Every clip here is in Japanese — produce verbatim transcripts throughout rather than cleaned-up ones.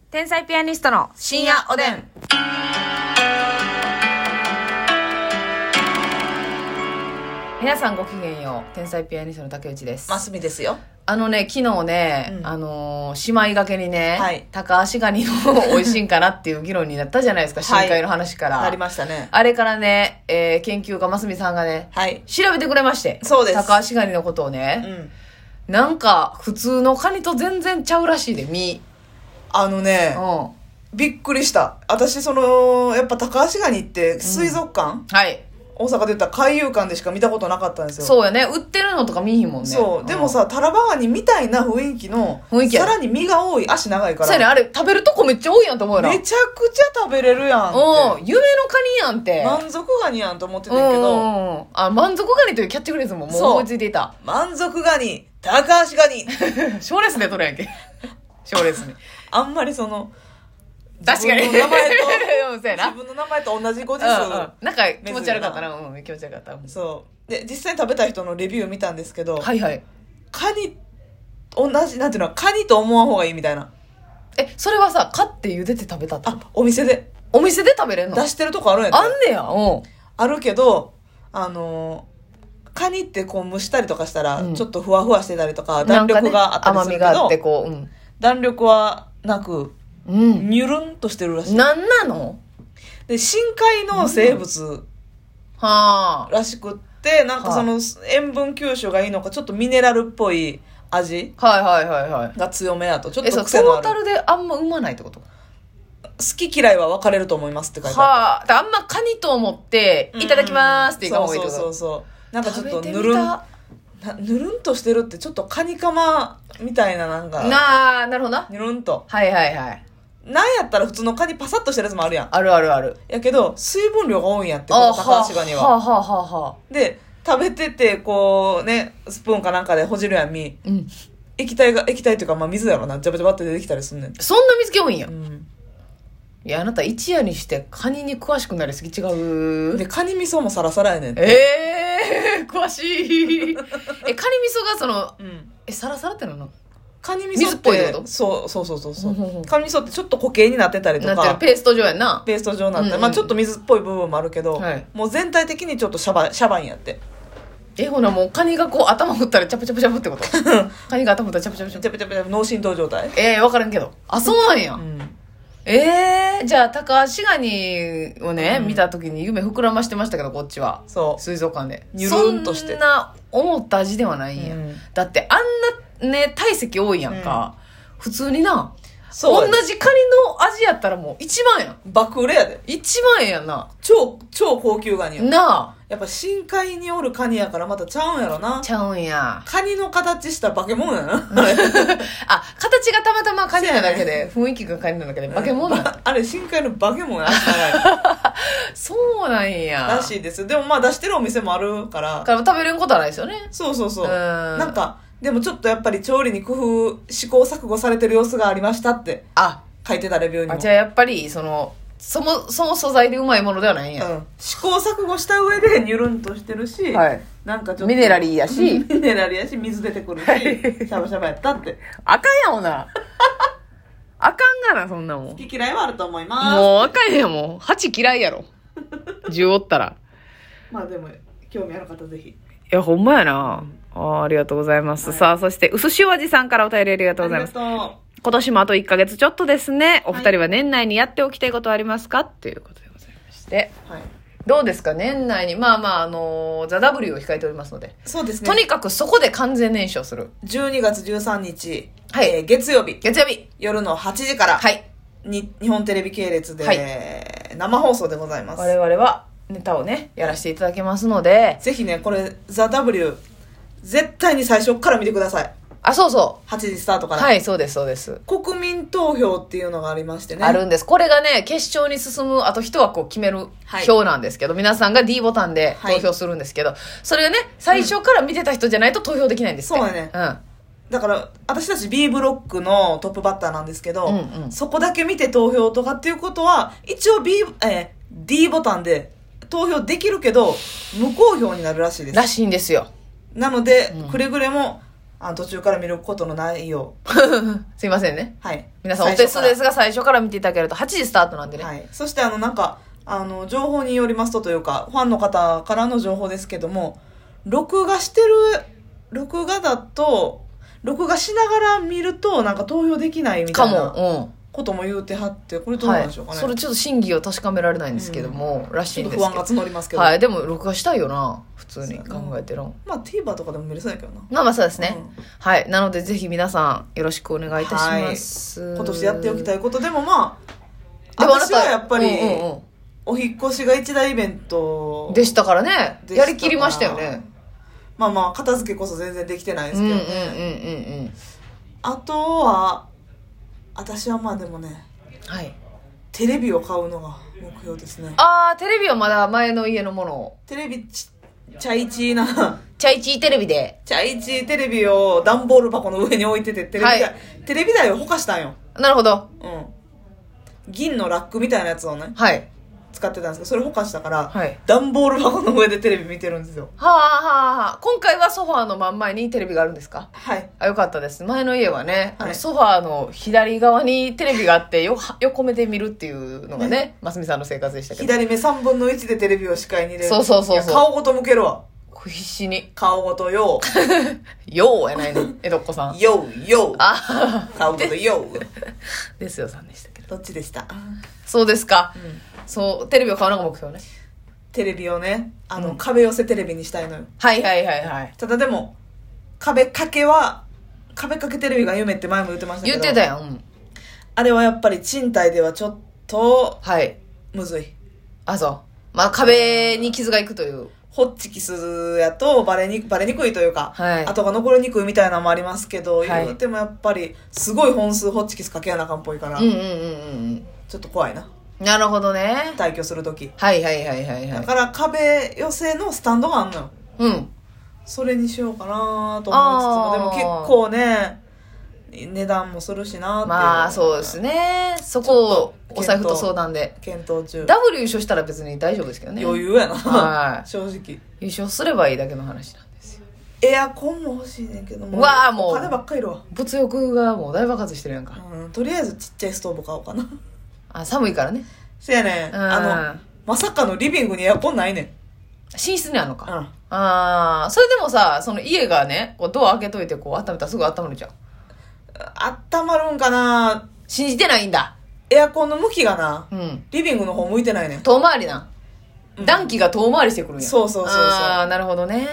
天才ピアニストの深夜おでん。皆さんごきげんよう。天才ピアニストの竹内です。 ますみですよ。 あのね、昨日ね、うん、あのー、姉妹掛けにね、はい、高橋ガニの美味しいんかなっていう議論になったじゃないですか、深海の話から。 なりましたね。 あれからね、えー、研究家ますみさんがね、はい、調べてくれまして。 そうです。 高橋ガニのことをね、うん、なんか普通のカニと全然ちゃうらしいで、身。 あのね、うん、びっくりした。私、その、やっぱ高橋ガニって水族館、うん、はい。大阪で言ったら海遊館でしか見たことなかったんですよ。 そうやね。売ってるのとか見ひんもんね。 そう。でもさ、タラバガニみたいな雰囲気の、雰囲気さらに身が多い、足長いから。 そうやね。あれ、食べるとこめっちゃ多いやんと思うよな。 めちゃくちゃ食べれるやんって。 うん。夢のカニやんって。 満足ガニやんと思ってたけど。うん。 あ、満足ガニというキャッチフレーズももう思いついていた。 満足ガニ、高橋ガニ。 賞レースで取るやんけ。賞レースに。 あんまりその、 確かに。 自分の名前と、 自分の名前と同じ語字数、 うんうん。なんか気持ち悪かったな。うん、気持ち悪かった。 そう。で、実際に食べた人のレビュー見たんですけど、 はいはい。 カニ、同じ、なんていうの、カニと思わん方がいいみたいな。 え、それはさ、買って茹でて食べたってこと？ あ、お店で。 お店で食べれんの？ 出してるとこあるんやった。 あんねや。うん。 あるけど、あのー、カニってこう蒸したりとかしたら、ちょっとふわふわしてたりとか、うん、弾力があったりするけど、ね、甘みがあってこう、うん、弾力はなく、うん、ニュルンとしてるらしい。 なんなの？ で、深海の生物らしくって、なんかその塩分吸収がいいのか、ちょっとミネラルっぽい味はいはいはいはい。 が強めやと。ちょっと癖のある。トータルであんま生まないってこと？ 好き嫌いは分かれると思いますって書いてあった。 はあ、あんまカニと思って、いただきますって言うかもいいってこと？ そうそうそう。なんかちょっとぬるん、なぬるんとしてるってちょっとカニカマみたいななんか。 なあ、なるほどな。 ぬるんと。 はいはいはい。 なんやったら普通のカニパサッとしてるやつもあるやん。 あるあるある。 やけど、水分量が多いんやって、この高橋ガニは。 はあはあはあはあ。 で、食べてて、こうね、スプーンかなんかでほじるやん、身。うん。液体が、液体というか、まあ水やろな、ジャバジャバって出てきたりすんねん。 そんな水気多いんや。 うん。 いや、あなた一夜にしてカニに詳しくなりすぎ違う。 で、カニ味噌もサラサラやねんて。 ええー、詳しい。え、カニ味噌がその、うん、え、サラサラっての？ カニ味噌って、 水っぽいってこと？ そうそうそうそうそう。カニ味噌ってちょっと固形になってたりとか。 なってる、ペースト状やんな。 ペースト状になって、うんうん、まあちょっと水っぽい部分もあるけど、はい、もう全体的にちょっとシャバ、シャバいんやって。 え、ほなもうカニがこう頭振ったらチャプチャプチャプってこと？カニが頭振ったらチャプチャプチャプ。 チャプチャプチャプ、脳震盪状態。 ええー、わからんけど。あ、そうなんや。うん、ええー、じゃあ高橋ガニをね、うん、見た時に夢膨らましてましたけど、こっちは。そう。水族館で。 ニュルンとして。 そんな思った味ではないんや。うん、だってあんなね、体積多いやんか。うん普通にな、そう同じカニの味やったらもう一番やん。 爆売れやで。 一番やんな。 超、超高級ガニやん。 なあ。 やっぱ深海におるカニやからまたちゃうんやろな。 ちゃうんや。 カニの形した化け物やな。 あ、形がたまたまカニなだけで、雰囲気がカニなだけで化け物や、 うん、あれ深海の化け物や。 そうなんや。 らしいです。でもまあ出してるお店もあるから。 から食べれることはないですよね。 そうそうそう。うんなんか、でもちょっとやっぱり調理に工夫、試行錯誤されてる様子がありましたって。あ、書いてたレビューにも。 あ、じゃあやっぱり、その、そも、その素材でうまいものではないんや。うん。 試行錯誤した上でニュルンとしてるし、はい。なんかちょっと。 ミネラリーやし。 ミネラリーやし、水出てくるし、シャバシャバやったって。 あかんやもんな。あかんがな、そんなもん。 好き嫌いはあると思います。 もうあかんやもん。蜂嫌いやろ。じゅうおったら。 まあでも、興味ある方ぜひ。 いや、ほんまやな。うんあ, ありがとうございます。はい、さあ、そして、うすしお味さんからお便りありがとうございます。今年もあといっかげつちょっとですね。お二人は年内にやっておきたいことはありますかっていうことでございまして。はい、どうですか年内に。まあまあ、あのー、ザ・ W を控えておりますので。 そうですね。 とにかくそこで完全燃焼する。 じゅうにがつじゅうさんにち、はい、えー、月曜日。 月曜日。 夜のはちじから、はい。に、日本テレビ系列で、はい、生放送でございます。 我々はネタをね、やらせていただきますので。 ぜひね、これ、ザ・ W、絶対に最初から見てください。 あ、そうそう。 はちじスタートから。 はい、そうです、そうです。 国民投票っていうのがありましてね。 あるんです。これがね、決勝に進む、あと一枠を決める票なんですけど、はい、皆さんが D ボタンで投票するんですけど、はい、それがね、最初から見てた人じゃないと投票できないんですって。 そうだね。うん。だから、私たち B ブロックのトップバッターなんですけど、うんうん、そこだけ見て投票とかっていうことは、一応 B、えー、D ボタンで投票できるけど、無効票になるらしいです。 らしいんですよ。 なので、うん、くれぐれもあの途中から見ることのないようすいませんね。 はい。 皆さんお手数ですが、最初から見ていただけるとはちじスタートなんでね。 はい。そしてあの、なんか、あの、情報によりますとというか、ファンの方からの情報ですけども、録画してる、録画だと、録画しながら見ると、なんか投票できないみたいな。かも。うん。ことも言うてはって、これどうなんでしょうかね。 はい、それちょっと真偽を確かめられないんですけども、うん、らしいんですけど。 不安が募りますけど。 はい。でも、録画したいよな。普通に考えてる。 まあ、TVer とかでも見れそうやけどな。 まあまあそうですね。うん、はい。なので、ぜひ皆さん、よろしくお願いいたします。 はい、今年やっておきたいことでも、まあ、私はやっぱり、うんうんうん、お引っ越しが一大イベントでしたからね。やりきりましたよね。 まあまあ、片付けこそ全然できてないですけどね。うんうんうんうん。あとは、私はまあでもね、はい、テレビを買うのが目標ですね。 ああ、テレビはまだ前の家のものを。 テレビちチャイチーなチャイチーテレビでチャイチーテレビを段ボール箱の上に置いてて、テレビ台、はい、テレビ台をほかしたんよ。 なるほど。 うん。銀のラックみたいなやつをね、はい、使ってたんですけど、それほかしたから、はい、段ボール箱の上でテレビ見てるんですよ。 はあはあはあ。今回はソファーの真ん前にテレビがあるんですか？はい。あ、よかったです。前の家はね、はい、あのソファーの左側にテレビがあってよ横目で見るっていうのがね、ますみさんの生活でしたけど。 左目さんぶんのいちでテレビを視界に入れる。 そうそうそうそう。 顔ごと向けるわ。 必死に。 顔ごとよう。ようやないの。江戸っ子さん。 ようよう。あ顔ごとよう。 ですよさんでしたけど。 どっちでした？ そうですか。うん、そう、テレビを買うのが目標ね。 テレビをね、あの、うん、壁寄せテレビにしたいのよ。 はいはいはいはい。 ただでも、壁掛けは、壁掛けテレビが夢って前も言ってましたけど。 言ってたよ。うん、 あれはやっぱり賃貸ではちょっと、はい。むずい。 あ、そう。まあ壁に傷がいくという。 ホッチキスやとバレに、バレにくいというか、はい、跡が残りにくいみたいなのもありますけど、はい、言うてもやっぱり、すごい本数ホッチキスかけやなあかんっぽいから、うんうんうんうん、ちょっと怖いな。 なるほどね。 退去するとき。 はいはいはいはい、はい。 だから壁寄せのスタンドがあんのよ。うん。それにしようかなと思いつつも、でも結構ね、値段もするしなっていう。 まあそうですね。そこをお財布と相談で。 検討中。 ダブル優勝したら別に大丈夫ですけどね。 余裕やな。はい。正直。 優勝すればいいだけの話なんですよ。 エアコンも欲しいねんけども。 わあもう。 お金ばっかりいるわ。 物欲がもう大爆発してるやんか。 うん。とりあえずちっちゃいストーブ買おうかな。 あ、寒いからね。 せやねん。あの、まさかのリビングにエアコンないねん。 寝室にあるのか。うん。ああ、それでもさ、その家がね、こうドア開けといてこう温めたらすぐ温まるじゃん。 温まるんかな。 信じてないんだ。 エアコンの向きがな、うん、リビングの方向いてないねん。 遠回りな。うん、暖気が遠回りしてくるんや。 そうそうそうそう。 ああ、なるほどね。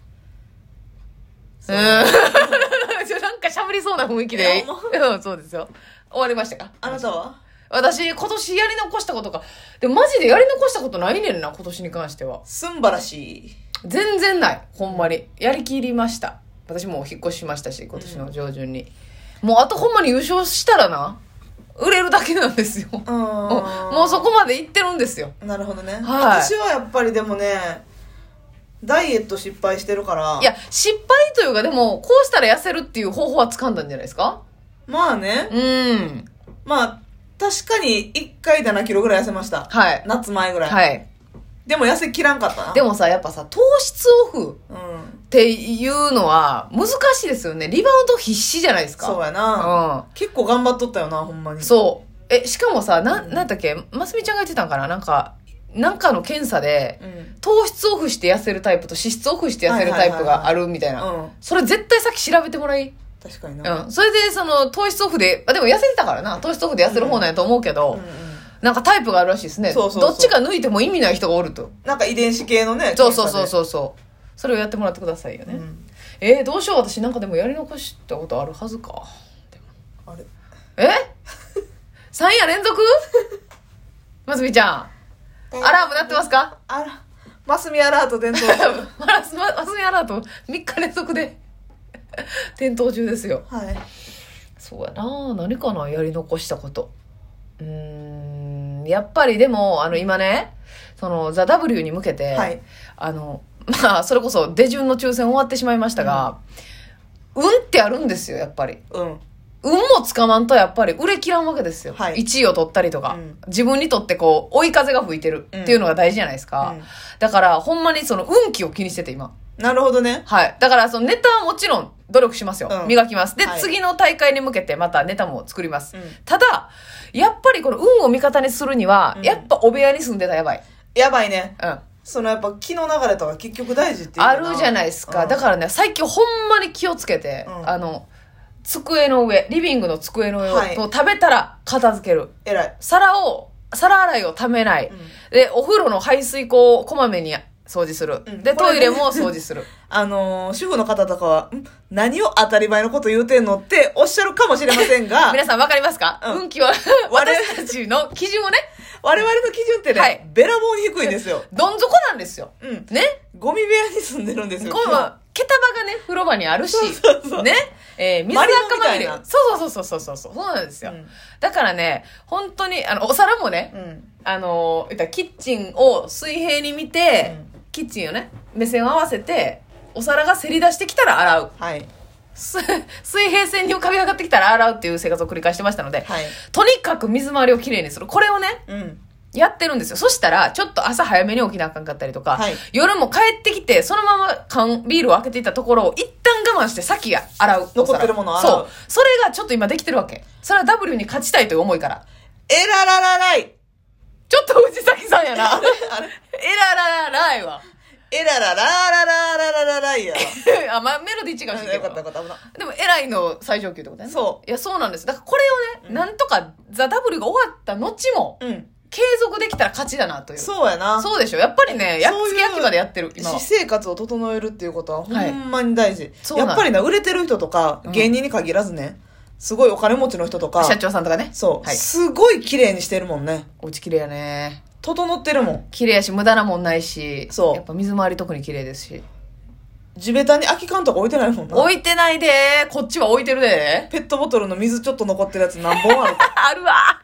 うん。なんか喋りそうな雰囲気で。うん、そうですよ。終わりましたか？ あなたは？ 私、今年やり残したことか。でもマジでやり残したことないねんな、今年に関しては。 すんばらしい。 全然ない。ほんまに。やりきりました。私も引っ越ししましたし、今年の上旬に。うん、もうあとほんまに優勝したらな、売れるだけなんですよ。うんもうそこまでいってるんですよ。 なるほどね。はい、私はやっぱりでもね、ダイエット失敗してるから。 いや、失敗というか、でも、こうしたら痩せるっていう方法は掴んだんじゃないですか？ まあね。うん。まあ、確かにいっかいななキロぐらい痩せました。はい。夏前ぐらい。はい。でも痩せきらんかったな。 でもさ、やっぱさ、糖質オフっていうのは難しいですよね。リバウンド必死じゃないですか。 そうやな。うん。結構頑張っとったよな、ほんまに。 そう。え、しかもさ、な、なんだっけ、ますみちゃんが言ってたんかななんか、なんかの検査で、うん、糖質オフして痩せるタイプと脂質オフして痩せるタイプがあるみたいな。それ絶対さっき調べてもらい。 確かにな。 うん。それで、その、糖質オフで、あ、でも痩せてたからな。糖質オフで痩せる方なんやと思うけど、うんうんうん、なんかタイプがあるらしいですね。そうそうそう。どっちか抜いても意味ない人がおると。 なんか遺伝子系のね。 そうそうそうそうそう。それをやってもらってくださいよね。うん、えー、どうしよう。私なんかでもやり残したことあるはずか。 あれえ ?さん 夜連続ますみちゃん。アラーム鳴ってますか？ あら、ますみアラート点灯中。 ますみアラートみっか連続で点灯中ですよ。はい。そうやな。何かな、やり残したこと。うーん、やっぱりでも、あの、今ね、その、ザ・ W に向けて、はい、あの、まあ、それこそ、出順の抽選終わってしまいましたが、うん、運ってあるんですよ、やっぱり。うん。運もつかまんと、やっぱり売れ切らんわけですよ。はい、いちいを取ったりとか、うん、自分にとってこう、追い風が吹いてるっていうのが大事じゃないですか。うん、だから、ほんまにその、運気を気にしてて、今。 なるほどね。 はい。だから、そのネタはもちろん努力しますよ。 うん、 磨きます。で、 はい、 次の大会に向けてまたネタも作ります。 うん、 ただ、やっぱりこの運を味方にするには、うん、やっぱお部屋に住んでたらやばい。 やばいね。 うん。 そのやっぱ気の流れとか結局大事っていうあるじゃないですか。うん、だからね、最近ほんまに気をつけて、うん、あの、机の上、リビングの机の上を、はい、食べたら片付ける。 偉い。 皿を、皿洗いをためない。うん、で、お風呂の排水口をこまめに掃除する。うん、で、トイレも掃除する。 あのー、主婦の方とかは、ん何を当たり前のこと言うてんのっておっしゃるかもしれませんが。 皆さんわかりますか、うん、運気は、私たちの基準をね。 我々の基準ってね、はい、べらぼうに低いんですよ。 どん底なんですよ。うん。ね。 ゴミ部屋に住んでるんですよ。 ゴミは、毛束がね、風呂場にあるし。そうそうそうね。えー、水垢まみれ。そうそうそうそうそうそう。そうなんですよ。うん、だからね、本当に、あの、お皿もね、うん、あの、言ったらキッチンを水平に見て、うん、キッチンをね、目線を合わせて、お皿がせり出してきたら洗う。はい。水平線に浮かび上がってきたら洗うっていう生活を繰り返してましたので、はい、とにかく水回りをきれいにする。これをね、うん、やってるんですよ。そしたら、ちょっと朝早めに起きなあかんかったりとか、はい、夜も帰ってきて、そのまま缶ビールを開けていたところを一旦我慢して先洗う。 残ってるものを洗う。 そう。それがちょっと今できてるわけ。それは ダブリュー に勝ちたいという思いから。 えららららい。 ちょっと藤崎さんやな。あれあれえららららいは。 えらららららららららいや。 あ、まあ、メロディー違うし。 よかったよかった。危な。 でも、偉いの最上級ってことだね。 そう。 いや、そうなんです。だからこれをね、うん、なんとかザ・ダブリューが終わった後も、うん、継続できたら勝ちだなという。 そうやな。 そうでしょ。やっぱりね、やっつけ焼き場でやってる。 今私生活を整えるっていうことはほんまに大事。はい、やっぱりな、売れてる人とか、芸人に限らずね、うん、すごいお金持ちの人とか。 社長さんとかね。 そう。はい、すごい綺麗にしてるもんね。 お家綺麗やね。 整ってるもん。 綺麗やし、無駄なもんないし。 そう。 やっぱ水回り特に綺麗ですし。 地べたに空き缶とか置いてないもんな。 置いてないで。こっちは置いてるで。 ペットボトルの水ちょっと残ってるやつ何本あるか。 あるわ。